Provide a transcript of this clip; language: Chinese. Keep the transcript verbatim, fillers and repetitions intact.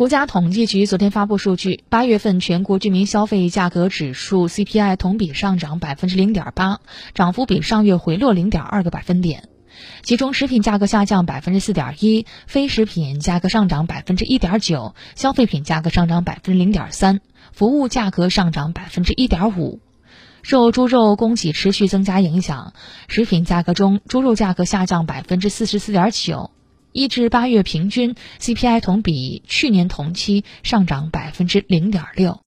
国家统计局昨天发布数据，八月份全国居民消费价格指数 C P I 同比上涨 百分之零点八， 涨幅比上月回落 零点二个百分点。其中食品价格下降 百分之四点一， 非食品价格上涨 百分之一点九， 消费品价格上涨 百分之零点三， 服务价格上涨 百分之一点五。受猪肉供给持续增加影响，食品价格中猪肉价格下降 百分之四十四点九，一至八月平均 C P I 同比去年同期上涨 百分之零点六。